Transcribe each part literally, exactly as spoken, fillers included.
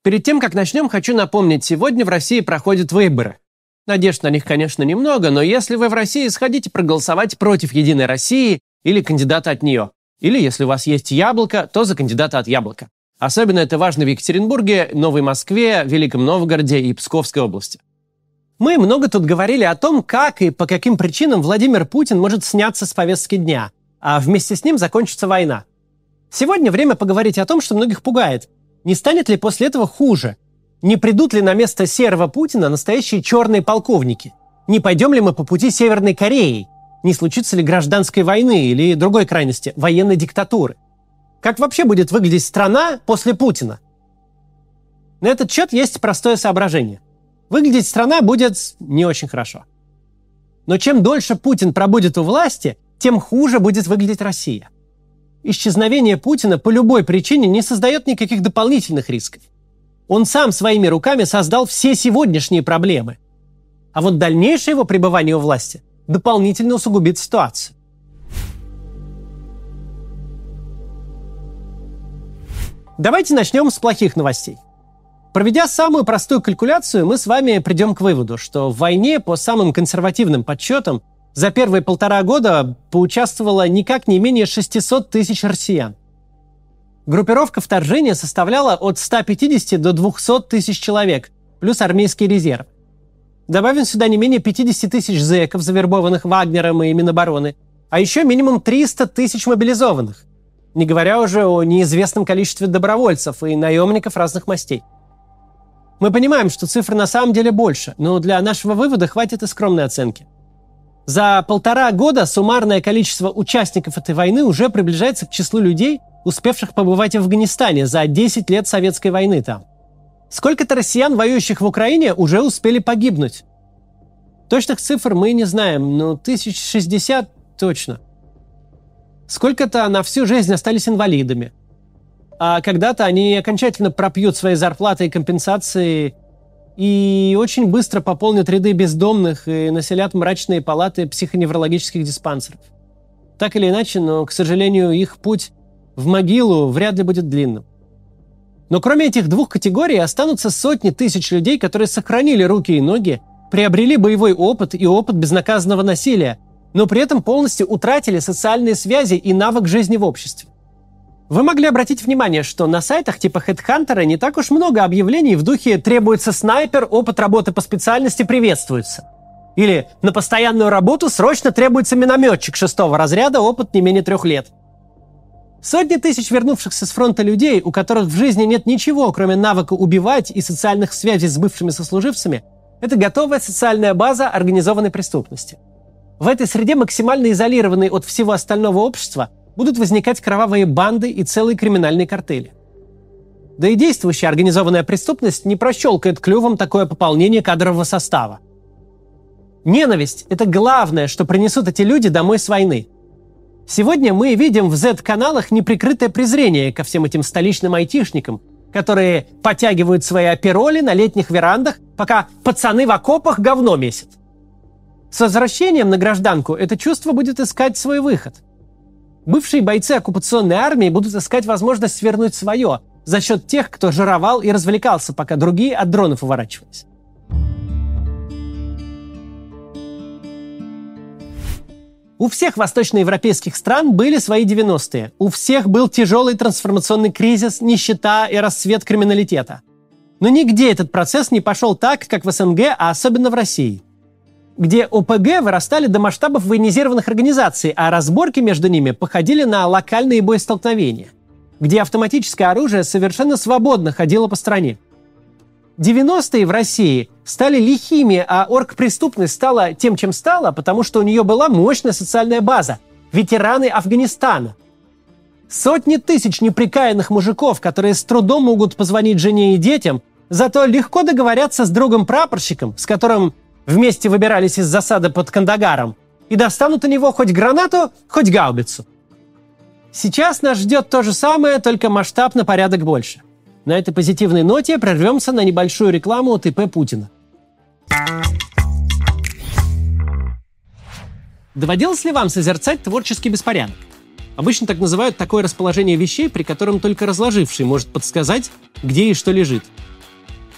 Перед тем, как начнем, хочу напомнить, сегодня в России проходят выборы. Надежд на них, конечно, немного, но если вы в России, сходите проголосовать против «Единой России» или кандидата от нее. Или, если у вас есть яблоко, то за кандидата от яблока. Особенно это важно в Екатеринбурге, Новой Москве, Великом Новгороде и Псковской области. Мы много тут говорили о том, как и по каким причинам Владимир Путин может сняться с повестки дня, а вместе с ним закончится война. Сегодня время поговорить о том, что многих пугает. Не станет ли после этого хуже? Не придут ли на место серого Путина настоящие черные полковники? Не пойдем ли мы по пути Северной Кореи? Не случится ли гражданской войны или другой крайности – военной диктатуры? Как вообще будет выглядеть страна после Путина? На этот счет есть простое соображение. Выглядеть страна будет не очень хорошо. Но чем дольше Путин пробудет у власти, тем хуже будет выглядеть Россия. Исчезновение Путина по любой причине не создает никаких дополнительных рисков. Он сам своими руками создал все сегодняшние проблемы. А вот дальнейшее его пребывание у власти дополнительно усугубит ситуацию. Давайте начнем с плохих новостей. Проведя самую простую калькуляцию, мы с вами придем к выводу, что в войне, по самым консервативным подсчетам, за первые полтора года поучаствовало никак не менее шестьсот тысяч россиян. Группировка вторжения составляла от ста пятидесяти до двухсот тысяч человек, плюс армейский резерв. Добавим сюда не менее пятьдесят тысяч зэков, завербованных Вагнером и Минобороны, а еще минимум триста тысяч мобилизованных, не говоря уже о неизвестном количестве добровольцев и наемников разных мастей. Мы понимаем, что цифры на самом деле больше, но для нашего вывода хватит и скромной оценки. За полтора года суммарное количество участников этой войны уже приближается к числу людей, успевших побывать в Афганистане за десять лет советской войны там. Сколько-то россиян, воюющих в Украине, уже успели погибнуть. Точных цифр мы не знаем, но тысяч шестьдесят точно. Сколько-то на всю жизнь остались инвалидами. А когда-то они окончательно пропьют свои зарплаты и компенсации и очень быстро пополнят ряды бездомных и населят мрачные палаты психоневрологических диспансеров. Так или иначе, но, к сожалению, их путь в могилу вряд ли будет длинным. Но кроме этих двух категорий останутся сотни тысяч людей, которые сохранили руки и ноги, приобрели боевой опыт и опыт безнаказанного насилия, но при этом полностью утратили социальные связи и навык жизни в обществе. Вы могли обратить внимание, что на сайтах типа HeadHunter не так уж много объявлений в духе «требуется снайпер, опыт работы по специальности приветствуется». Или «на постоянную работу срочно требуется минометчик шестого разряда, опыт не менее трех лет». Сотни тысяч вернувшихся с фронта людей, у которых в жизни нет ничего, кроме навыка убивать и социальных связей с бывшими сослуживцами, это готовая социальная база организованной преступности. В этой среде, максимально изолированной от всего остального общества, будут возникать кровавые банды и целые криминальные картели. Да и действующая организованная преступность не прощелкает клювом такое пополнение кадрового состава. Ненависть – это главное, что принесут эти люди домой с войны. Сегодня мы видим в зет-каналах неприкрытое презрение ко всем этим столичным айтишникам, которые подтягивают свои апероли на летних верандах, пока пацаны в окопах говно месят. С возвращением на гражданку это чувство будет искать свой выход. Бывшие бойцы оккупационной армии будут искать возможность свернуть свое за счет тех, кто жировал и развлекался, пока другие от дронов уворачивались. У всех восточноевропейских стран были свои девяностые. У всех был тяжелый трансформационный кризис, нищета и расцвет криминалитета. Но нигде этот процесс не пошел так, как в эс эн гэ, а особенно в России, где о пэ гэ вырастали до масштабов военизированных организаций, а разборки между ними походили на локальные боестолкновения, где автоматическое оружие совершенно свободно ходило по стране. девяностые в России стали лихими, а оргпреступность стала тем, чем стала, потому что у нее была мощная социальная база – ветераны Афганистана. Сотни тысяч неприкаянных мужиков, которые с трудом могут позвонить жене и детям, зато легко договорятся с другом-прапорщиком, с которым вместе выбирались из засады под Кандагаром, и достанут у него хоть гранату, хоть гаубицу. Сейчас нас ждет то же самое, только масштаб на порядок больше. На этой позитивной ноте прервемся на небольшую рекламу от и пэ Путина. Доводилось ли вам созерцать творческий беспорядок? Обычно так называют такое расположение вещей, при котором только разложивший может подсказать, где и что лежит.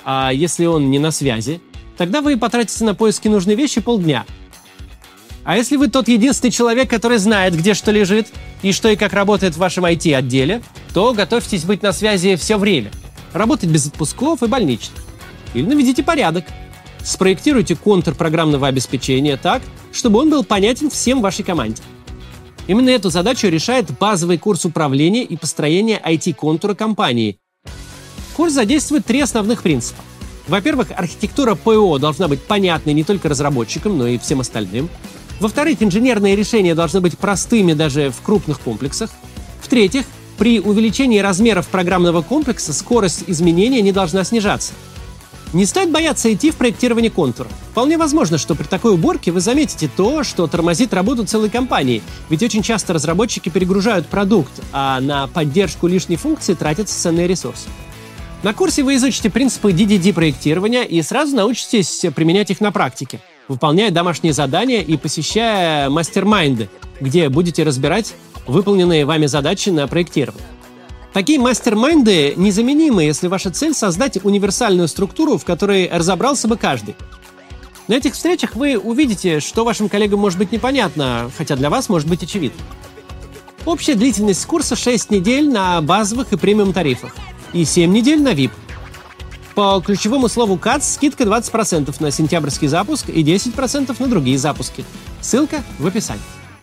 А если он не на связи, тогда вы потратите на поиски нужной вещи полдня. А если вы тот единственный человек, который знает, где что лежит и что и как работает в вашем ай ти-отделе, то готовьтесь быть на связи все время. Работать без отпусков и больничных. Или наведите порядок. Спроектируйте контур программного обеспечения так, чтобы он был понятен всем в вашей команде. Именно эту задачу решает базовый курс управления и построения ай ти-контура компании. Курс задействует три основных принципа. Во-первых, архитектура ПО должна быть понятной не только разработчикам, но и всем остальным. Во-вторых, инженерные решения должны быть простыми даже в крупных комплексах. В-третьих, при увеличении размеров программного комплекса скорость изменения не должна снижаться. Не стоит бояться идти в проектирование контура. Вполне возможно, что при такой уборке вы заметите то, что тормозит работу целой компании, ведь очень часто разработчики перегружают продукт, а на поддержку лишней функции тратятся ценные ресурсы. На курсе вы изучите принципы ди ди ди-проектирования и сразу научитесь применять их на практике, выполняя домашние задания и посещая мастер-майнды, где будете разбирать выполненные вами задачи на проектирование. Такие мастер-майнды незаменимы, если ваша цель — создать универсальную структуру, в которой разобрался бы каждый. На этих встречах вы увидите, что вашим коллегам может быть непонятно, хотя для вас может быть очевидно. Общая длительность курса шесть недель на базовых и премиум тарифах и семь недель на ви ай пи. По ключевому слову катс скидка двадцать процентов на сентябрьский запуск и десять процентов на другие запуски. Ссылка в описании.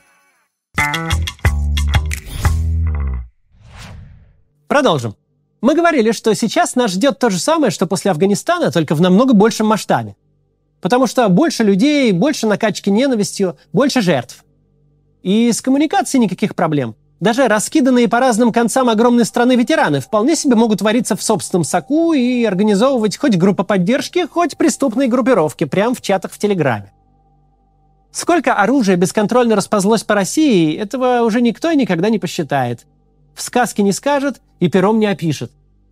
Продолжим. Мы говорили, что сейчас нас ждет то же самое, что после Афганистана, только в намного большем масштабе. Потому что больше людей, больше накачки ненавистью, больше жертв. И с коммуникацией никаких проблем. Даже раскиданные по разным концам огромной страны ветераны вполне себе могут вариться в собственном соку и организовывать хоть группы поддержки, хоть преступные группировки прямо в чатах в Телеграме. Сколько оружия бесконтрольно расползлось по России, этого уже никто и никогда не посчитает. В сказке не скажет и пером не опишет.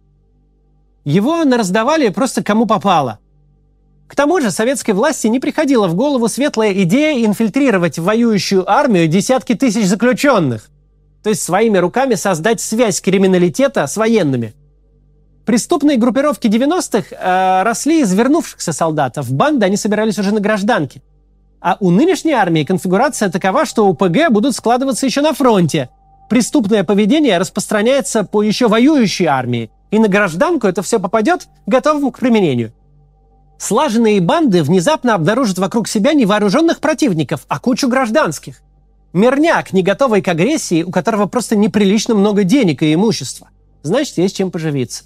Его нараздавали просто кому попало. К тому же советской власти не приходила в голову светлая идея инфильтрировать в воюющую армию десятки тысяч заключенных. То есть своими руками создать связь криминалитета с военными. Преступные группировки девяностых э, росли из вернувшихся солдатов. В банды они собирались уже на гражданке. А у нынешней армии конфигурация такова, что ОПГ будут складываться еще на фронте. Преступное поведение распространяется по еще воюющей армии, и на гражданку это все попадет готовым к применению. Слаженные банды внезапно обнаружат вокруг себя не вооруженных противников, а кучу гражданских. Мирняк, не готовый к агрессии, у которого просто неприлично много денег и имущества. Значит, есть чем поживиться.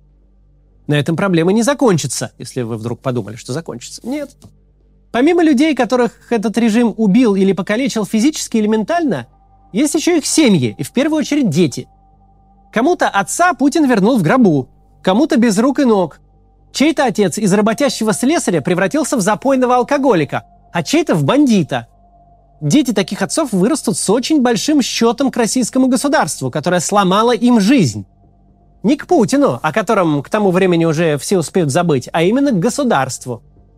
На этом проблема не закончится, если вы вдруг подумали, что закончится. Нет. Помимо людей, которых этот режим убил или покалечил физически или ментально, есть еще их семьи, и в первую очередь дети. Кому-то отца Путин вернул в гробу, кому-то без рук и ног. Чей-то отец из работящего слесаря превратился в запойного алкоголика, а чей-то в бандита. Дети таких отцов вырастут с очень большим счетом к российскому государству, которое сломало им жизнь. Не к Путину, о котором к тому времени уже все успеют забыть, а именно к государству.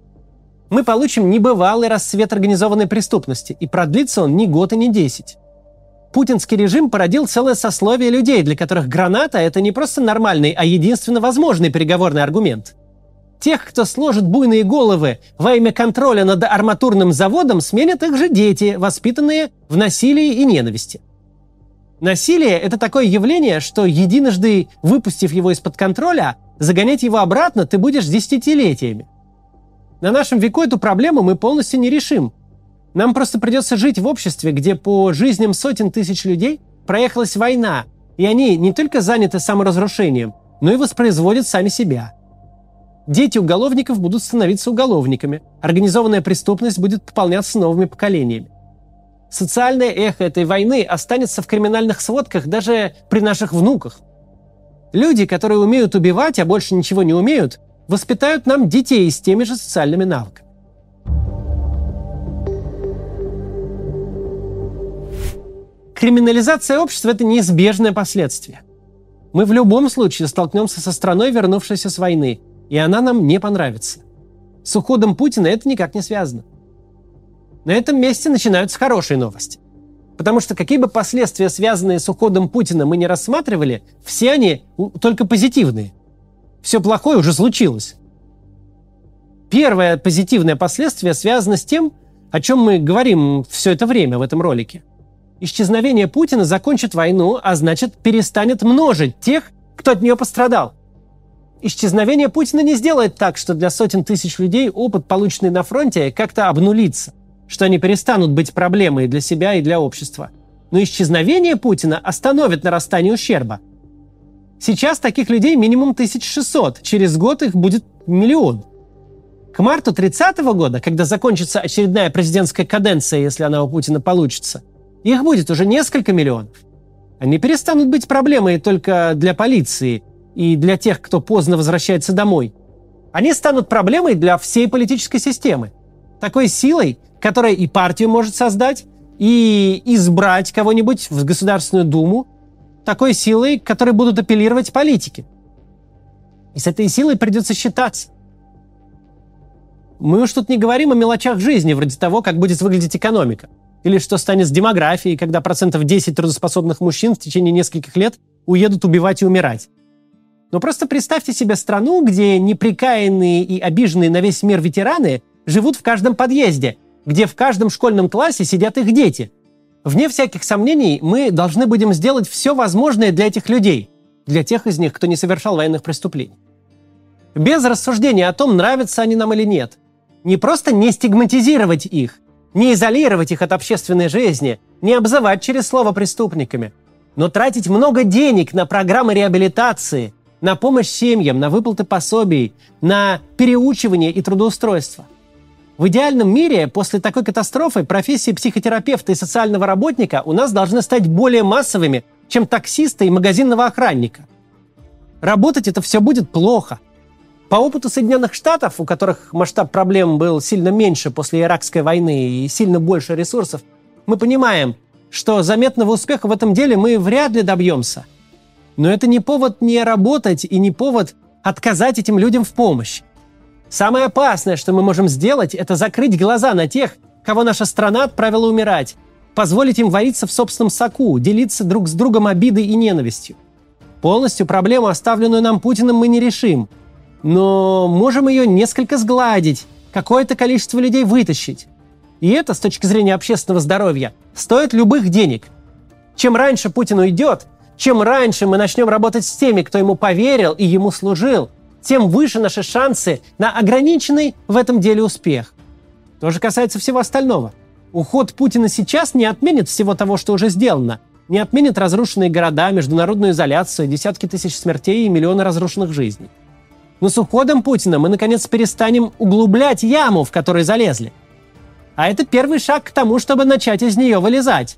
Мы получим небывалый расцвет организованной преступности, и продлится он ни год и ни десять. Путинский режим породил целое сословие людей, для которых граната – это не просто нормальный, а единственно возможный переговорный аргумент. Тех, кто сложит буйные головы во имя контроля над арматурным заводом, сменят их же дети, воспитанные в насилии и ненависти. Насилие – это такое явление, что, единожды выпустив его из-под контроля, загонять его обратно ты будешь десятилетиями. На нашем веку эту проблему мы полностью не решим. Нам просто придется жить в обществе, где по жизням сотен тысяч людей проехалась война, и они не только заняты саморазрушением, но и воспроизводят сами себя. Дети уголовников будут становиться уголовниками, организованная преступность будет пополняться новыми поколениями. Социальное эхо этой войны останется в криминальных сводках даже при наших внуках. Люди, которые умеют убивать, а больше ничего не умеют, воспитают нам детей с теми же социальными навыками. Криминализация общества – это неизбежное последствие. Мы в любом случае столкнемся со страной, вернувшейся с войны, и она нам не понравится. С уходом Путина это никак не связано. На этом месте начинаются хорошие новости. Потому что какие бы последствия, связанные с уходом Путина, мы не рассматривали, все они только позитивные. Все плохое уже случилось. Первое позитивное последствие связано с тем, о чем мы говорим все это время в этом ролике. Исчезновение Путина закончит войну, а значит, перестанет множить тех, кто от нее пострадал. Исчезновение Путина не сделает так, что для сотен тысяч людей опыт, полученный на фронте, как-то обнулится, что они перестанут быть проблемой для себя и для общества. Но исчезновение Путина остановит нарастание ущерба. Сейчас таких людей минимум тысяча шестьсот, через год их будет миллион. К марту тридцатого года, когда закончится очередная президентская каденция, если она у Путина получится, их будет уже несколько миллионов. Они перестанут быть проблемой только для полиции и для тех, кто поздно возвращается домой. Они станут проблемой для всей политической системы. Такой силой, которая и партию может создать, и избрать кого-нибудь в Государственную Думу, такой силой, к которой будут апеллировать политики. И с этой силой придется считаться. Мы уж тут не говорим о мелочах жизни, вроде того, как будет выглядеть экономика. Или что станет с демографией, когда процентов десять трудоспособных мужчин в течение нескольких лет уедут убивать и умирать. Но просто представьте себе страну, где неприкаянные и обиженные на весь мир ветераны живут в каждом подъезде, где в каждом школьном классе сидят их дети. Вне всяких сомнений, мы должны будем сделать все возможное для этих людей, для тех из них, кто не совершал военных преступлений. Без рассуждения о том, нравятся они нам или нет. Не просто не стигматизировать их, не изолировать их от общественной жизни, не обзывать через слово преступниками, но тратить много денег на программы реабилитации, на помощь семьям, на выплаты пособий, на переучивание и трудоустройство. В идеальном мире после такой катастрофы профессии психотерапевта и социального работника у нас должны стать более массовыми, чем таксиста и магазинного охранника. Работать это все будет плохо. По опыту Соединенных Штатов, у которых масштаб проблем был сильно меньше после Иракской войны и сильно больше ресурсов, мы понимаем, что заметного успеха в этом деле мы вряд ли добьемся. Но это не повод не работать и не повод отказать этим людям в помощи. Самое опасное, что мы можем сделать, это закрыть глаза на тех, кого наша страна отправила умирать, позволить им вариться в собственном соку, делиться друг с другом обидой и ненавистью. Полностью проблему, оставленную нам Путиным, мы не решим, но можем ее несколько сгладить, какое-то количество людей вытащить. И это, с точки зрения общественного здоровья, стоит любых денег. Чем раньше Путин уйдет, чем раньше мы начнем работать с теми, кто ему поверил и ему служил, тем выше наши шансы на ограниченный в этом деле успех. То же касается всего остального. Уход Путина сейчас не отменит всего того, что уже сделано, не отменит разрушенные города, международную изоляцию, десятки тысяч смертей и миллионы разрушенных жизней. Но с уходом Путина мы, наконец, перестанем углублять яму, в которой залезли. А это первый шаг к тому, чтобы начать из нее вылезать.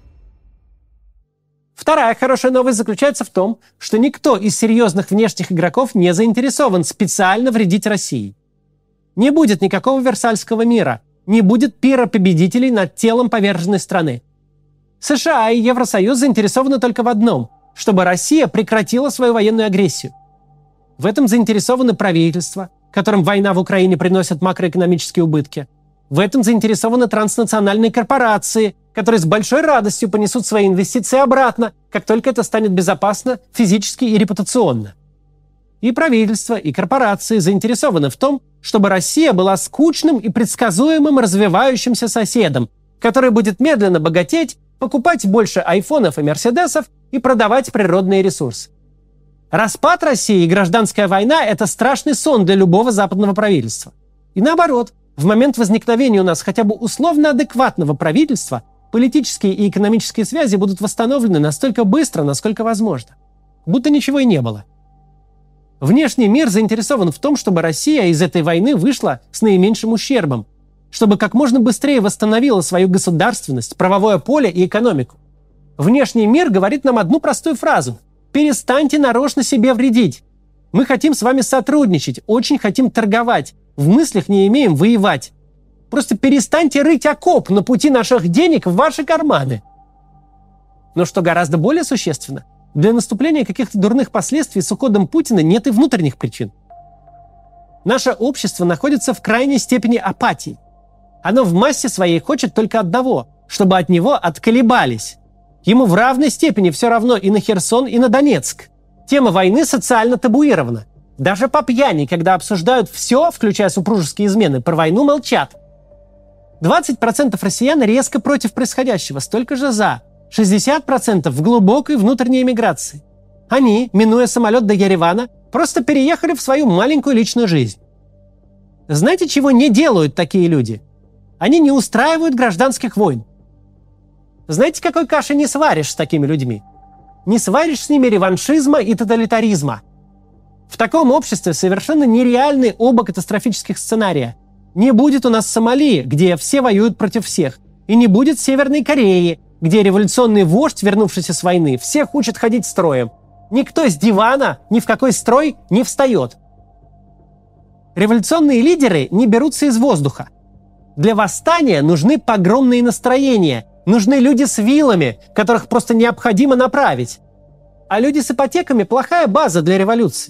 Вторая хорошая новость заключается в том, что никто из серьезных внешних игроков не заинтересован специально вредить России. Не будет никакого Версальского мира, не будет пира победителей над телом поверженной страны. США и Евросоюз заинтересованы только в одном – чтобы Россия прекратила свою военную агрессию. В этом заинтересованы правительства, которым война в Украине приносит макроэкономические убытки. В этом заинтересованы транснациональные корпорации, которые с большой радостью понесут свои инвестиции обратно, как только это станет безопасно физически и репутационно. И правительство, и корпорации заинтересованы в том, чтобы Россия была скучным и предсказуемым развивающимся соседом, который будет медленно богатеть, покупать больше айфонов и мерседесов и продавать природные ресурсы. Распад России и гражданская война – это страшный сон для любого западного правительства. И наоборот, в момент возникновения у нас хотя бы условно адекватного правительства политические и экономические связи будут восстановлены настолько быстро, насколько возможно. Будто ничего и не было. Внешний мир заинтересован в том, чтобы Россия из этой войны вышла с наименьшим ущербом, чтобы как можно быстрее восстановила свою государственность, правовое поле и экономику. Внешний мир говорит нам одну простую фразу: «Перестаньте нарочно себе вредить. Мы хотим с вами сотрудничать, очень хотим торговать, в мыслях не имеем воевать. Просто перестаньте рыть окоп на пути наших денег в ваши карманы». Но что гораздо более существенно, для наступления каких-то дурных последствий с уходом Путина нет и внутренних причин. Наше общество находится в крайней степени апатии. Оно в массе своей хочет только одного, чтобы от него отколебались. Ему в равной степени все равно и на Херсон, и на Донецк. Тема войны социально табуирована. Даже по пьяни, когда обсуждают все, включая супружеские измены, про войну молчат. двадцать процентов россиян резко против происходящего, столько же за. шестьдесят процентов в глубокой внутренней эмиграции. Они, минуя самолет до Еревана, просто переехали в свою маленькую личную жизнь. Знаете, чего не делают такие люди? Они не устраивают гражданских войн. Знаете, какой каши не сваришь с такими людьми? Не сваришь с ними реваншизма и тоталитаризма. В таком обществе совершенно нереальны оба катастрофических сценария. Не будет у нас Сомали, где все воюют против всех. И не будет Северной Кореи, где революционный вождь, вернувшийся с войны, всех учит ходить строем. Никто с дивана ни в какой строй не встает. Революционные лидеры не берутся из воздуха. Для восстания нужны погромные настроения, нужны люди с вилами, которых просто необходимо направить. А люди с ипотеками – плохая база для революции.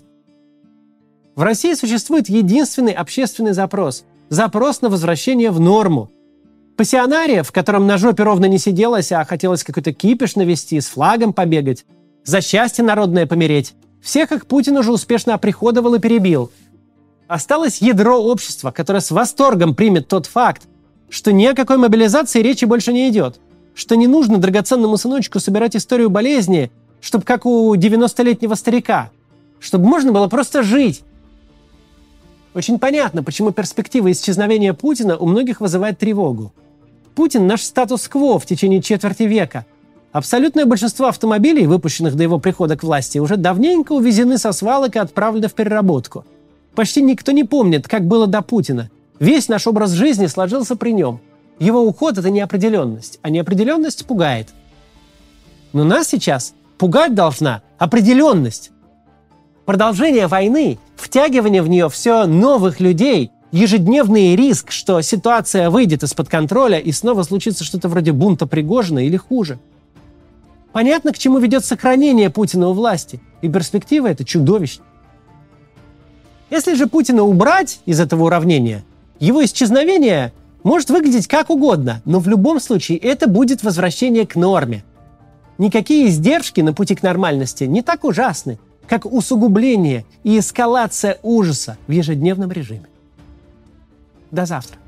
В России существует единственный общественный запрос – запрос на возвращение в норму. Пассионария, в котором на жопе ровно не сиделось, а хотелось какой-то кипиш навести, с флагом побегать, за счастье народное помереть. Всех их Путин уже успешно оприходовал и перебил. Осталось ядро общества, которое с восторгом примет тот факт, что ни о какой мобилизации речи больше не идет, что не нужно драгоценному сыночку собирать историю болезни, чтобы как у девяностолетнего старика, чтобы можно было просто жить. Очень понятно, почему перспектива исчезновения Путина у многих вызывает тревогу. Путин – наш статус-кво в течение четверти века. Абсолютное большинство автомобилей, выпущенных до его прихода к власти, уже давненько увезены со свалок и отправлены в переработку. Почти никто не помнит, как было до Путина. Весь наш образ жизни сложился при нем. Его уход – это неопределенность, а неопределенность пугает. Но нас сейчас пугать должна определенность. Продолжение войны, втягивание в нее все новых людей, ежедневный риск, что ситуация выйдет из-под контроля и снова случится что-то вроде бунта Пригожина или хуже. Понятно, к чему ведет сохранение Путина у власти, и перспектива эта чудовищна. Если же Путина убрать из этого уравнения, его исчезновение может выглядеть как угодно, но в любом случае это будет возвращение к норме. Никакие издержки на пути к нормальности не так ужасны, как усугубление и эскалация ужаса в ежедневном режиме. До завтра.